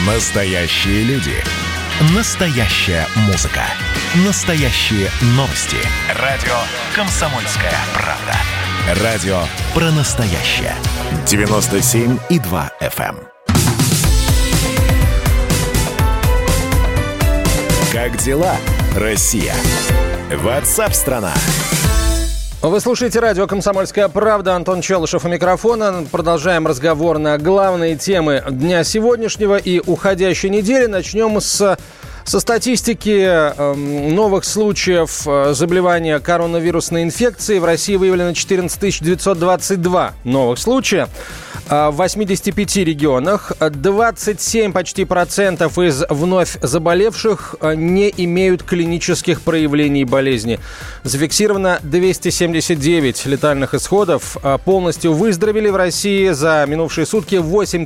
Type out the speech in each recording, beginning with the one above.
Настоящие люди. Настоящая музыка. Настоящие новости. Радио «Комсомольская правда». Радио про настоящее. 97,2 FM. Как дела, Россия? WhatsApp-страна. Вы слушаете радио «Комсомольская правда». Антон Челышев у микрофона. Продолжаем разговор на главные темы дня сегодняшнего и уходящей недели. Начнем со статистики новых случаев заболевания коронавирусной инфекцией. В России выявлено 14 922 новых случая. В 85 регионах 27 почти процентов из вновь заболевших не имеют клинических проявлений болезни. Зафиксировано 279 летальных исходов. Полностью выздоровели в России за минувшие сутки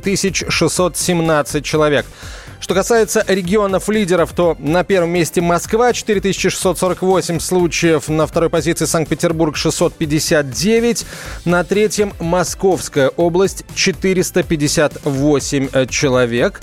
8617 человек. Что касается регионов-лидеров, то на первом месте Москва, 4648 случаев. На второй позиции Санкт-Петербург, 659. На третьем Московская область, 458 человек.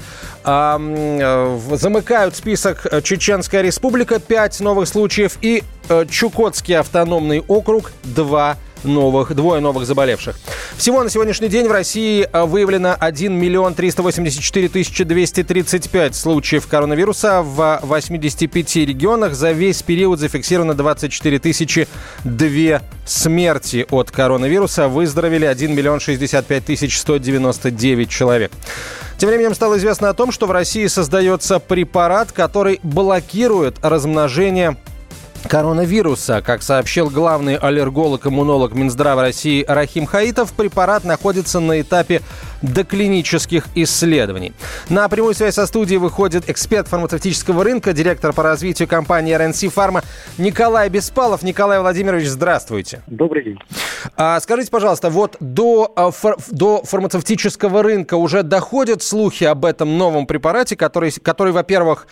Замыкают список Чеченская Республика, 5 новых случаев. И Чукотский автономный округ, двое новых заболевших. Всего на сегодняшний день в России выявлено 1 384 235 случаев коронавируса. В 85 регионах за весь период зафиксировано 24 002 смерти от коронавируса. Выздоровели 1 065 199 человек. Тем временем стало известно о том, что в России создается препарат, который блокирует размножение коронавируса. Как сообщил главный аллерголог-иммунолог Минздрава России Рахим Хаитов, препарат находится на этапе доклинических исследований. На прямую связь со студией выходит эксперт фармацевтического рынка, директор по развитию компании РНС Фарма Николай Беспалов. Николай Владимирович, здравствуйте. Добрый день. Скажите, пожалуйста, вот до фармацевтического рынка уже доходят слухи об этом новом препарате, который во-первых,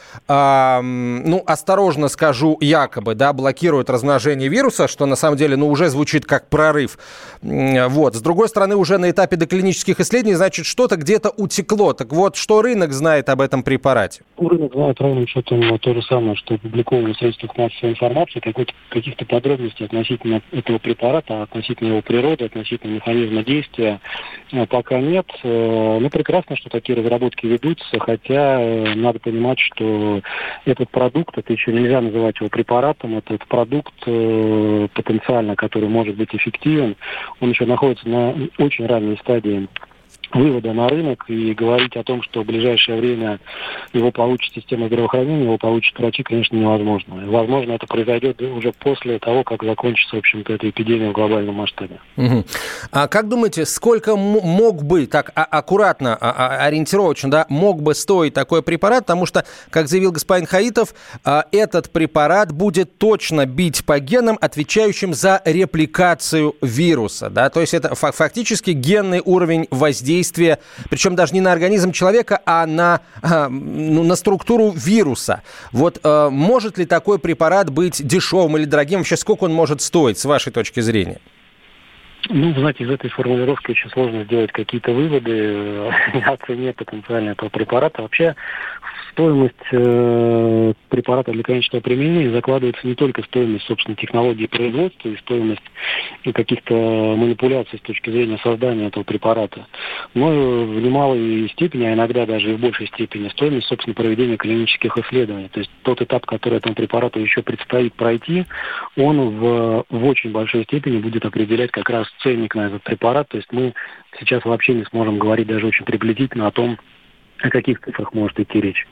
осторожно скажу, якобы, блокирует размножение вируса, что на самом деле, уже звучит как прорыв. Вот. С другой стороны, уже на этапе доклинических исследований, значит, что-то где-то утекло. Так вот, что рынок знает об этом препарате? Рынок знает ровным счетом то же самое, что опубликовано в средствах массовой информации. Каких-то подробностей относительно этого препарата, относительно его природы, относительно механизма действия пока нет. Но прекрасно, что такие разработки ведутся, хотя надо понимать, что этот продукт, это еще нельзя называть его препаратом, этот продукт потенциально, который может быть эффективен, он еще находится на очень ранней стадии вывода на рынок, и говорить о том, что в ближайшее время его получит система здравоохранения, его получат врачи, конечно, невозможно. Возможно, это произойдет уже после того, как закончится, в общем-то, эта эпидемия в глобальном масштабе. Угу. А как думаете, сколько мог бы, так аккуратно, ориентировочно, мог бы стоить такой препарат? Потому что, как заявил господин Хаитов, этот препарат будет точно бить по генам, отвечающим за репликацию вируса. Да? То есть это фактически генный уровень воздействия, причем даже не на организм человека, а на структуру вируса. Вот может ли такой препарат быть дешевым или дорогим? Вообще, сколько он может стоить, с вашей точки зрения? Вы знаете, из этой формулировки очень сложно сделать какие-то выводы о цене потенциально этого препарата. Вообще, стоимость препарата для конечного применения закладывается не только стоимость, собственно, технологии производства и стоимость каких-то манипуляций с точки зрения создания этого препарата, но в немалой степени, а иногда даже и в большей степени, стоимость, собственно, проведения клинических исследований. То есть тот этап, который этому препарату еще предстоит пройти, он в очень большой степени будет определять как раз ценник на этот препарат. То есть мы сейчас вообще не сможем говорить даже очень приблизительно о том, о каких цифрах может идти речь.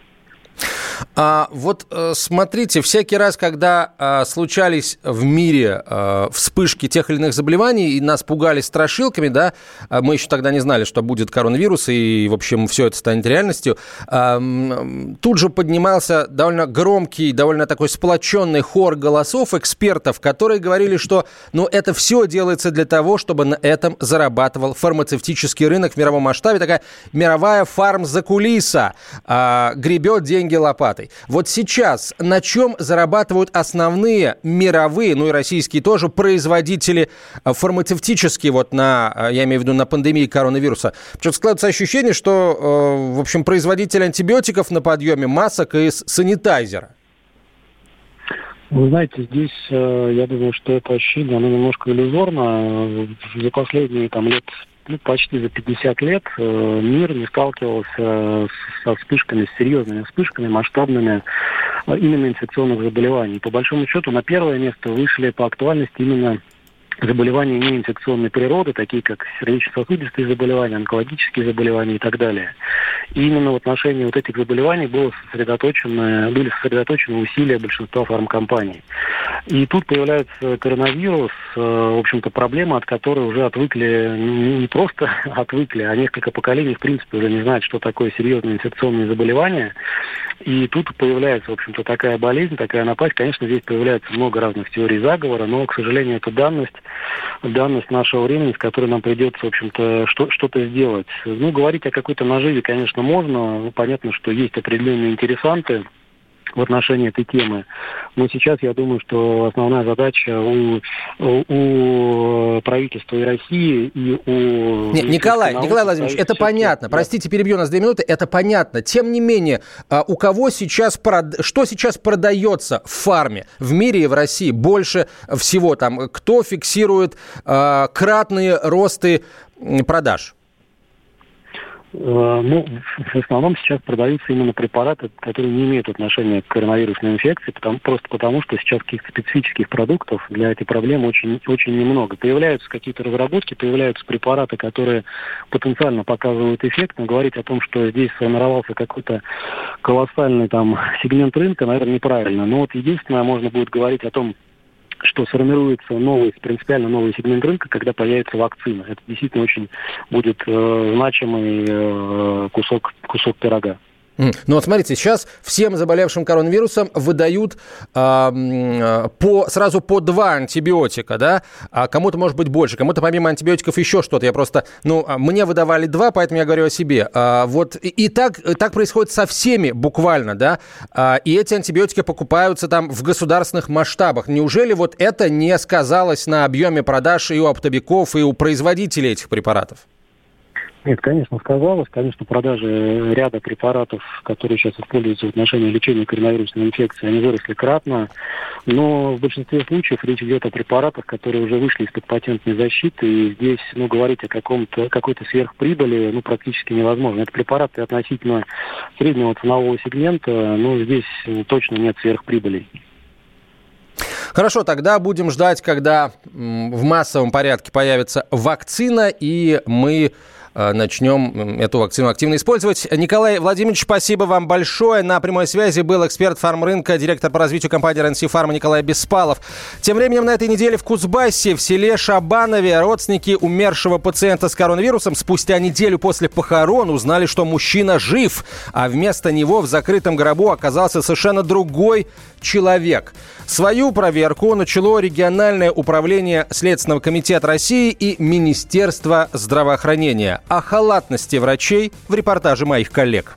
Смотрите, всякий раз, когда случались в мире вспышки тех или иных заболеваний, и нас пугали страшилками, мы еще тогда не знали, что будет коронавирус, и, в общем, все это станет реальностью, тут же поднимался довольно громкий, довольно такой сплоченный хор голосов экспертов, которые говорили, что это все делается для того, чтобы на этом зарабатывал фармацевтический рынок в мировом масштабе, такая мировая фармзакулиса гребет деньги лопатой. препаратой. Вот сейчас на чем зарабатывают основные мировые, ну и российские тоже, производители фармацевтические, вот я имею в виду на пандемии коронавируса? Почему-то складывается ощущение, что, в общем, производитель антибиотиков на подъеме, масок и санитайзера. Вы знаете, здесь, я думаю, что это ощущение, оно немножко иллюзорно. За последние лет, почти за 50 лет мир не сталкивался со вспышками, с серьезными вспышками, масштабными именно инфекционных заболеваний. По большому счету, на первое место вышли по актуальности именно заболевания неинфекционной природы, такие как сердечно-сосудистые заболевания, онкологические заболевания и так далее. И именно в отношении вот этих заболеваний были сосредоточены усилия большинства фармкомпаний. И тут появляется коронавирус, в общем-то, проблема, от которой уже отвыкли, не просто отвыкли, а несколько поколений, в принципе, уже не знают, что такое серьезные инфекционные заболевания. И тут появляется, в общем-то, такая болезнь, такая напасть. Конечно, здесь появляется много разных теорий заговора, но, к сожалению, это данность нашего времени, с которой нам придется, в общем-то, что-то сделать. Говорить о какой-то наживе, конечно, можно. Понятно, что есть определенные интересанты в отношении этой темы. Но сейчас я думаю, что основная задача у правительства и России, и у... Николай Владимирович, это понятно. Да. Простите, перебью нас 2 минуты. Это понятно. Тем не менее, что сейчас продается в фарме в мире и в России больше всего? Кто фиксирует кратные росты продаж? В основном сейчас продаются именно препараты, которые не имеют отношения к коронавирусной инфекции, просто потому, что сейчас каких-то специфических продуктов для этой проблемы очень, очень немного. Появляются какие-то разработки, появляются препараты, которые потенциально показывают эффект, но говорить о том, что здесь сформировался какой-то колоссальный сегмент рынка, наверное, неправильно. Но единственное, можно будет говорить о том, что сформируется принципиально новый сегмент рынка, когда появится вакцина. Это действительно очень будет значимый кусок пирога. Смотрите, сейчас всем заболевшим коронавирусом выдают сразу по 2 антибиотика, да? А кому-то может быть больше, кому-то помимо антибиотиков еще что-то. Я просто, мне выдавали 2, поэтому я говорю о себе. И так происходит со всеми буквально, да? И эти антибиотики покупаются в государственных масштабах. Неужели это не сказалось на объеме продаж и у оптовиков, и у производителей этих препаратов? Нет, конечно, сказалось. Конечно, продажи ряда препаратов, которые сейчас используются в отношении лечения коронавирусной инфекции, они выросли кратно. Но в большинстве случаев речь идет о препаратах, которые уже вышли из-под патентной защиты. И здесь, говорить о какой-то сверхприбыли, практически невозможно. Это препараты относительно среднего ценового сегмента, но здесь точно нет сверхприбылей. Хорошо, тогда будем ждать, когда в массовом порядке появится вакцина, и мы начнем эту вакцину активно использовать. Николай Владимирович, спасибо вам большое. На прямой связи был эксперт фармрынка, директор по развитию компании РНС Фарма Николай Беспалов. Тем временем на этой неделе в Кузбассе, в селе Шабанове, родственники умершего пациента с коронавирусом спустя неделю после похорон узнали, что мужчина жив, а вместо него в закрытом гробу оказался совершенно другой человек. Свою проверку начало региональное управление Следственного комитета России и Министерство здравоохранения. О халатности врачей в репортаже моих коллег.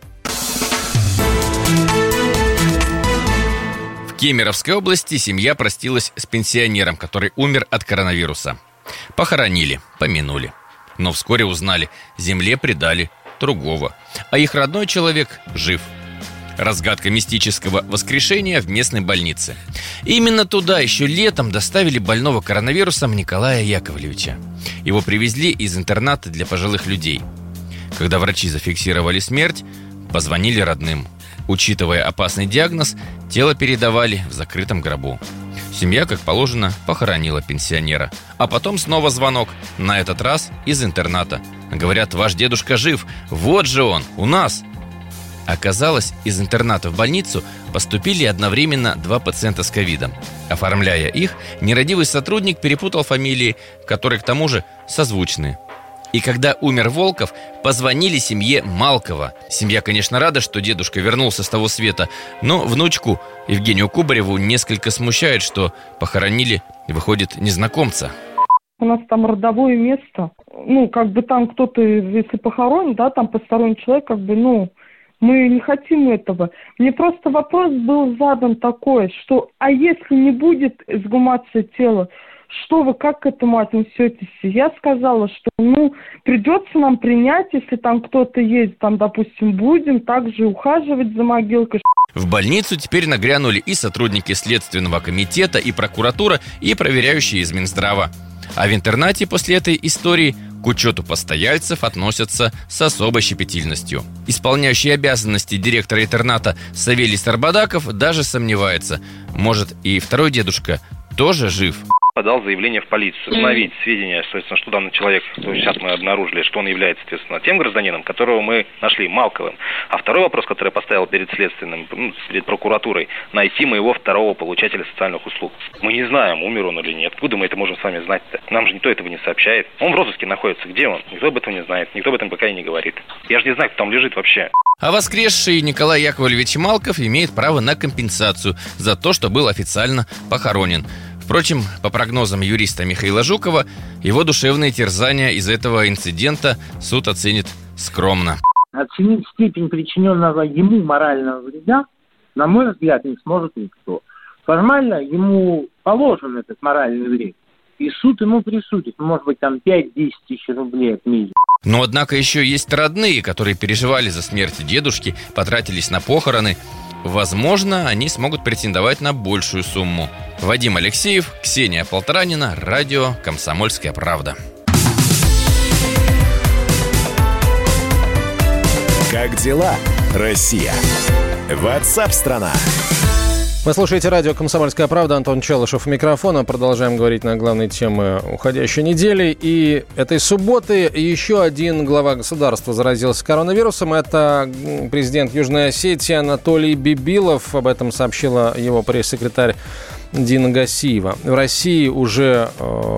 В Кемеровской области семья простилась с пенсионером, который умер от коронавируса. Похоронили, помянули. Но вскоре узнали, земле предали другого. А их родной человек жив. Разгадка мистического воскрешения в местной больнице. Именно туда еще летом доставили больного коронавирусом Николая Яковлевича. Его привезли из интерната для пожилых людей. Когда врачи зафиксировали смерть, позвонили родным. Учитывая опасный диагноз, тело передавали в закрытом гробу. Семья, как положено, похоронила пенсионера. А потом снова звонок, на этот раз из интерната. Говорят, ваш дедушка жив, вот же он, у нас. Оказалось, из интерната в больницу поступили одновременно 2 пациента с ковидом. Оформляя их, нерадивый сотрудник перепутал фамилии, которые к тому же созвучны. И когда умер Волков, позвонили семье Малкова. Семья, конечно, рада, что дедушка вернулся с того света, но внучку Евгению Кубареву несколько смущает, что похоронили, выходит, незнакомца. У нас там родовое место. Там кто-то, если похоронит, там посторонний человек, Мы не хотим этого. Мне просто вопрос был задан такой, что а если не будет эксгумации тела, что вы, как к этому отнесетесь? Я сказала, что, придется нам принять, если там кто-то есть, там, допустим, будем также ухаживать за могилкой. В больницу теперь нагрянули и сотрудники Следственного комитета, и прокуратура, и проверяющие из Минздрава. А в интернате после этой истории к учету постояльцев относятся с особой щепетильностью. Исполняющий обязанности директора интерната Савелий Сарбадаков даже сомневается, может, и второй дедушка тоже жив. Подал заявление в полицию, установить сведения, соответственно, что данный человек, то есть сейчас мы обнаружили, что он является, соответственно, тем гражданином, которого мы нашли, Малковым. А второй вопрос, который я поставил перед следственным, перед прокуратурой, найти моего второго получателя социальных услуг. Мы не знаем, умер он или нет. Откуда мы это можем с вами знать-то? Нам же никто этого не сообщает. Он в розыске находится. Где он? Никто об этом не знает. Никто об этом пока и не говорит. Я же не знаю, кто там лежит вообще. А воскресший Николай Яковлевич Малков имеет право на компенсацию за то, что был официально похоронен. Впрочем, по прогнозам юриста Михаила Жукова, его душевные терзания из этого инцидента суд оценит скромно. Оценить степень причиненного ему морального вреда, на мой взгляд, не сможет никто. Формально ему положен этот моральный вред, и суд ему присудит, может быть, там 5-10 тысяч рублей от минимума. Но, однако, еще есть родные, которые переживали за смерть дедушки, потратились на похороны. Возможно, они смогут претендовать на большую сумму. Вадим Алексеев, Ксения Полторанина, радио «Комсомольская правда». Как дела, Россия? WhatsApp-страна. Вы слушаете радио «Комсомольская правда». Антон Челышев у микрофона. Продолжаем говорить на главные темы уходящей недели. И этой субботы еще один глава государства заразился коронавирусом. Это президент Южной Осетии Анатолий Бибилов. Об этом сообщила его пресс-секретарь Дина Гасиева. В России уже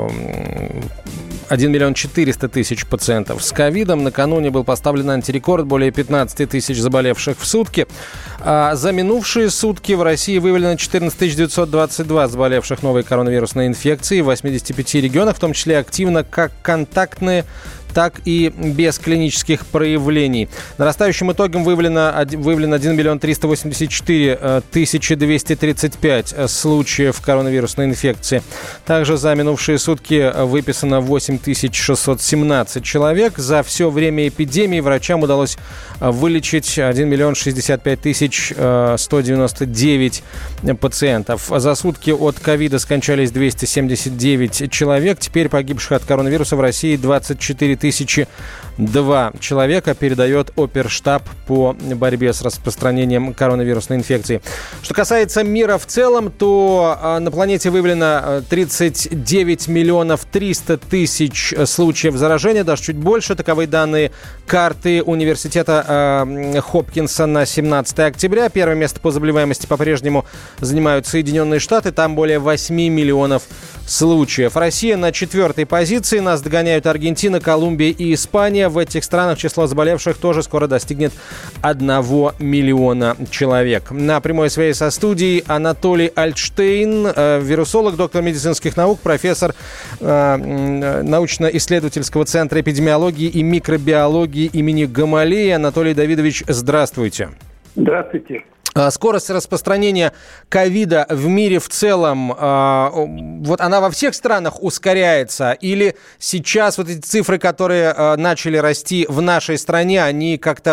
1 миллион 400 тысяч пациентов с ковидом. Накануне был поставлен антирекорд, более 15 тысяч заболевших в сутки. А за минувшие сутки в России выявлено 14 922 заболевших новой коронавирусной инфекцией в 85 регионах, в том числе активно как контактные, так и без клинических проявлений. Нарастающим итогом выявлено 1 миллион 384 тысячи 235 случаев коронавирусной инфекции. Также за минувшие сутки выписано 8617 человек. За все время эпидемии врачам удалось вылечить 1 миллион 65 тысяч 199 пациентов. За сутки от ковида скончались 279 человек. Теперь погибших от коронавируса в России 24 1002 человека, передает Оперштаб по борьбе с распространением коронавирусной инфекции. Что касается мира в целом, то на планете выявлено 39 миллионов 300 тысяч случаев заражения, даже чуть больше. Таковы данные карты университета Хопкинса на 17 октября. Первое место по заболеваемости по-прежнему занимают Соединенные Штаты. Там более 8 миллионов случаев. Россия на 4-й позиции. Нас догоняют Аргентина, Колумбия и Испания. В этих странах число заболевших тоже скоро достигнет 1 миллиона человек. На прямой связи со студией Анатолий Альтштейн, вирусолог, доктор медицинских наук, профессор научно-исследовательского центра эпидемиологии и микробиологии имени Гамалеи. Анатолий Давидович, здравствуйте. Здравствуйте. Скорость распространения ковида в мире в целом, вот она во всех странах ускоряется? Или сейчас вот эти цифры, которые начали расти в нашей стране, они как-то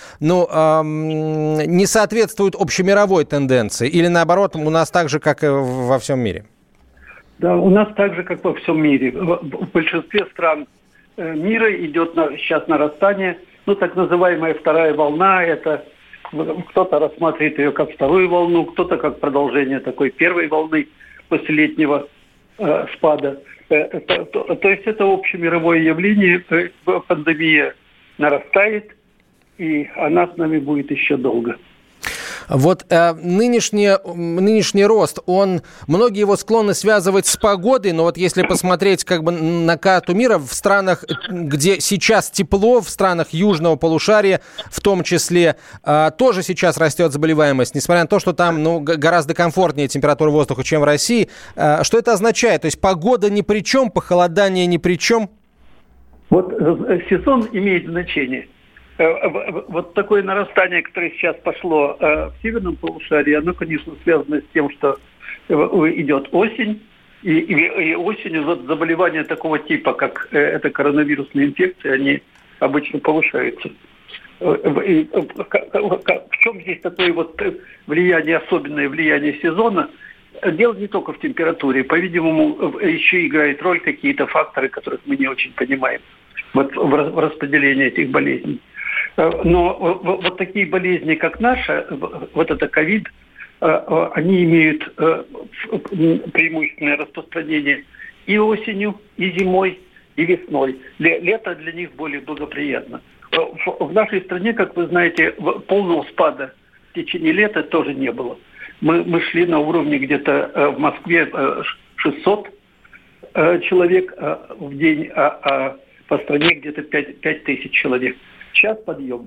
не соответствуют общемировой тенденции? Или наоборот, у нас так же, как и во всем мире? Да, у нас так же, как во всем мире. В большинстве стран мира идет сейчас нарастание. Так называемая вторая волна, это... Кто-то рассматривает ее как вторую волну, кто-то как продолжение такой первой волны после летнего спада. То есть это общемировое явление, пандемия нарастает, и она с нами будет еще долго. Вот нынешний рост, многие его склонны связывать с погодой, но вот если посмотреть на карту мира, в странах, где сейчас тепло, в странах южного полушария, в том числе, тоже сейчас растет заболеваемость, несмотря на то, что там гораздо комфортнее температура воздуха, чем в России. Что это означает? То есть погода ни при чем, похолодание ни при чем? Вот сезон имеет значение. Вот такое нарастание, которое сейчас пошло в северном полушарии, оно, конечно, связано с тем, что идет осень, и осенью вот заболевания такого типа, как это коронавирусные инфекции, они обычно повышаются. В чем здесь такое вот влияние, особенное влияние сезона? Дело не только в температуре. По-видимому, еще играют роль какие-то факторы, которых мы не очень понимаем вот в распределении этих болезней. Но вот такие болезни, как наша, вот это ковид, они имеют преимущественное распространение и осенью, и зимой, и весной. Лето для них более благоприятно. В нашей стране, как вы знаете, полного спада в течение лета тоже не было. Мы шли на уровне где-то в Москве 600 человек в день, а по стране где-то 5 тысяч человек. Сейчас подъем.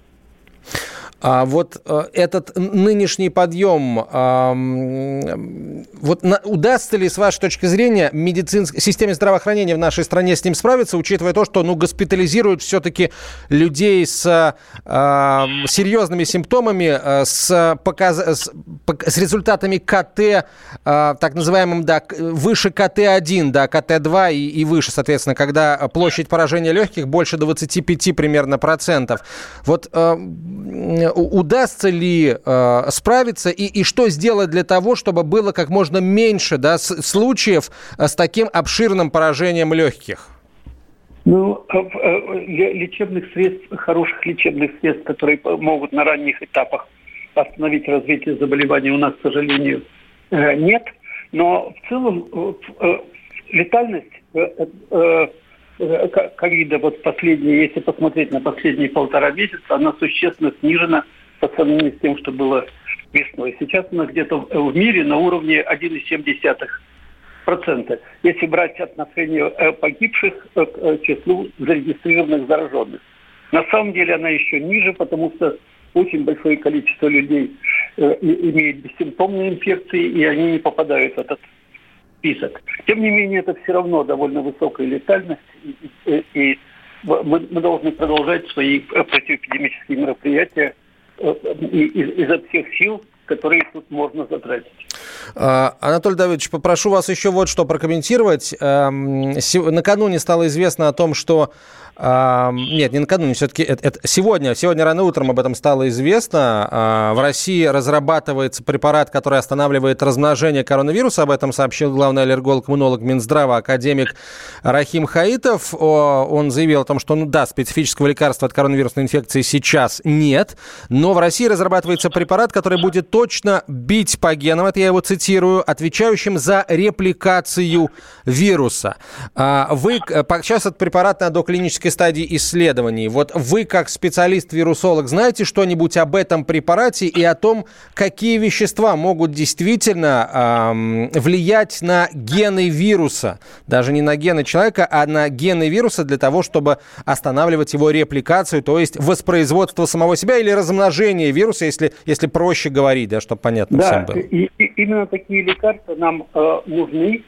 А вот этот нынешний подъем, удастся ли, с вашей точки зрения, системе здравоохранения в нашей стране с ним справиться, учитывая то, что госпитализируют все-таки людей с серьезными симптомами, с результатами КТ, так называемым, выше КТ-1, КТ-2 и выше, соответственно, когда площадь поражения легких больше 25 примерно процентов. Вот удастся ли справиться и что сделать для того, чтобы было как можно меньше случаев с таким обширным поражением легких? Лечебных средств, хороших лечебных средств, которые могут на ранних этапах остановить развитие заболеваний, у нас, к сожалению, нет. Но в целом летальность ковида, если посмотреть на последние 1,5 месяца, она существенно снижена по сравнению с тем, что было весной. Сейчас она где-то в мире на уровне 1,7%. Если брать отношение погибших к числу зарегистрированных зараженных. На самом деле она еще ниже, потому что очень большое количество людей имеет бессимптомные инфекции, и они не попадают в этот список. Тем не менее, это все равно довольно высокая летальность, и мы должны продолжать свои противоэпидемические мероприятия изо всех сил, которые тут можно затратить. Анатолий Давидович, попрошу вас еще вот что прокомментировать. Накануне стало известно о том, что... Нет, не накануне, все-таки сегодня рано утром об этом стало известно. В России разрабатывается препарат, который останавливает размножение коронавируса. Об этом сообщил главный аллерголог-иммунолог Минздрава академик Рахим Хаитов. Он заявил о том, что, специфического лекарства от коронавирусной инфекции сейчас нет, но в России разрабатывается препарат, который будет точно бить по генам, это я его цитирую, отвечающим за репликацию вируса. Сейчас этот препарат на доклинической стадии исследований. Вот вы, как специалист-вирусолог, знаете что-нибудь об этом препарате и о том, какие вещества могут действительно влиять на гены вируса? Даже не на гены человека, а на гены вируса для того, чтобы останавливать его репликацию, то есть воспроизводство самого себя или размножение вируса, если проще говорить, чтобы понятно всем было. И именно такие лекарства нам нужны.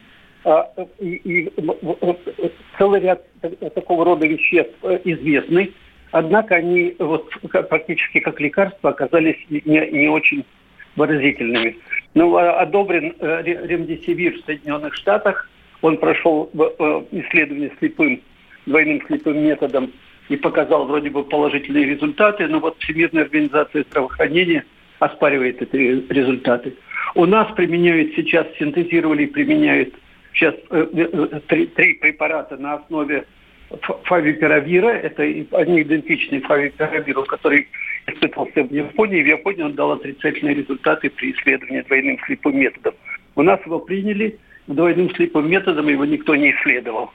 И целый ряд такого рода веществ известны, однако они практически как лекарства оказались не очень выразительными. Одобрен ремдесивир в Соединенных Штатах, он прошел исследование двойным слепым методом и показал вроде бы положительные результаты, но Всемирная организация здравоохранения оспаривает эти результаты. У нас синтезировали и применяют сейчас 3 препарата на основе фавипиравира. Они идентичны фавипиравиру, который испытывался в Японии. В Японии он дал отрицательные результаты при исследовании двойным слепым методом. У нас его приняли двойным слепым методом, его никто не исследовал.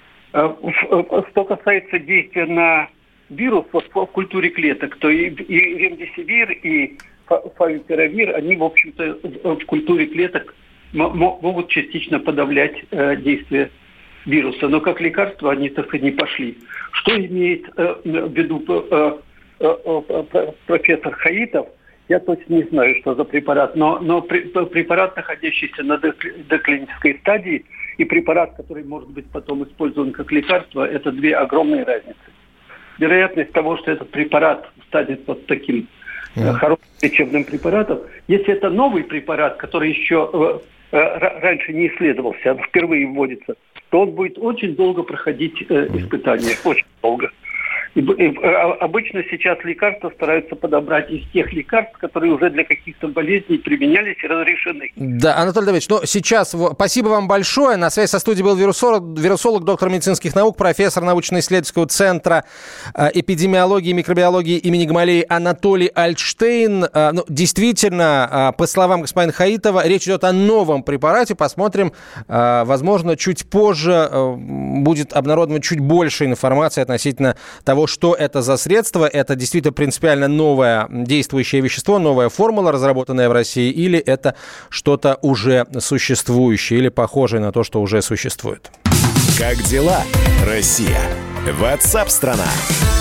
Что касается действия на вирус в культуре клеток, то и ремдесивир, и фавипиравир, они, в общем-то, в культуре клеток могут частично подавлять действие вируса. Но как лекарство они так и не пошли. Что имеет в виду профессор Хаитов, я точно не знаю, что за препарат. Но препарат, находящийся на доклинической стадии, и препарат, который может быть потом использован как лекарство, это 2 огромные разницы. вероятность того, что этот препарат станет вот таким хорошим лечебным препаратом, если это новый препарат, который еще раньше не исследовался, а впервые вводится, то он будет очень долго проходить испытания, очень долго. Обычно сейчас лекарства стараются подобрать из тех лекарств, которые уже для каких-то болезней применялись и разрешены. Да, Анатолий Давидович, ну сейчас спасибо вам большое. На связи со студией был вирусолог, доктор медицинских наук, профессор научно-исследовательского центра эпидемиологии и микробиологии имени Гамалеи Анатолий Альтштейн. Ну, действительно, по словам господина Хаитова, речь идет о новом препарате. Посмотрим, возможно, чуть позже будет обнародована чуть больше информации относительно того, что это за средство. Это действительно принципиально новое действующее вещество, новая формула, разработанная в России, или это что-то уже существующее, или похожее на то, что уже существует. Как дела, Россия? WhatsApp-страна.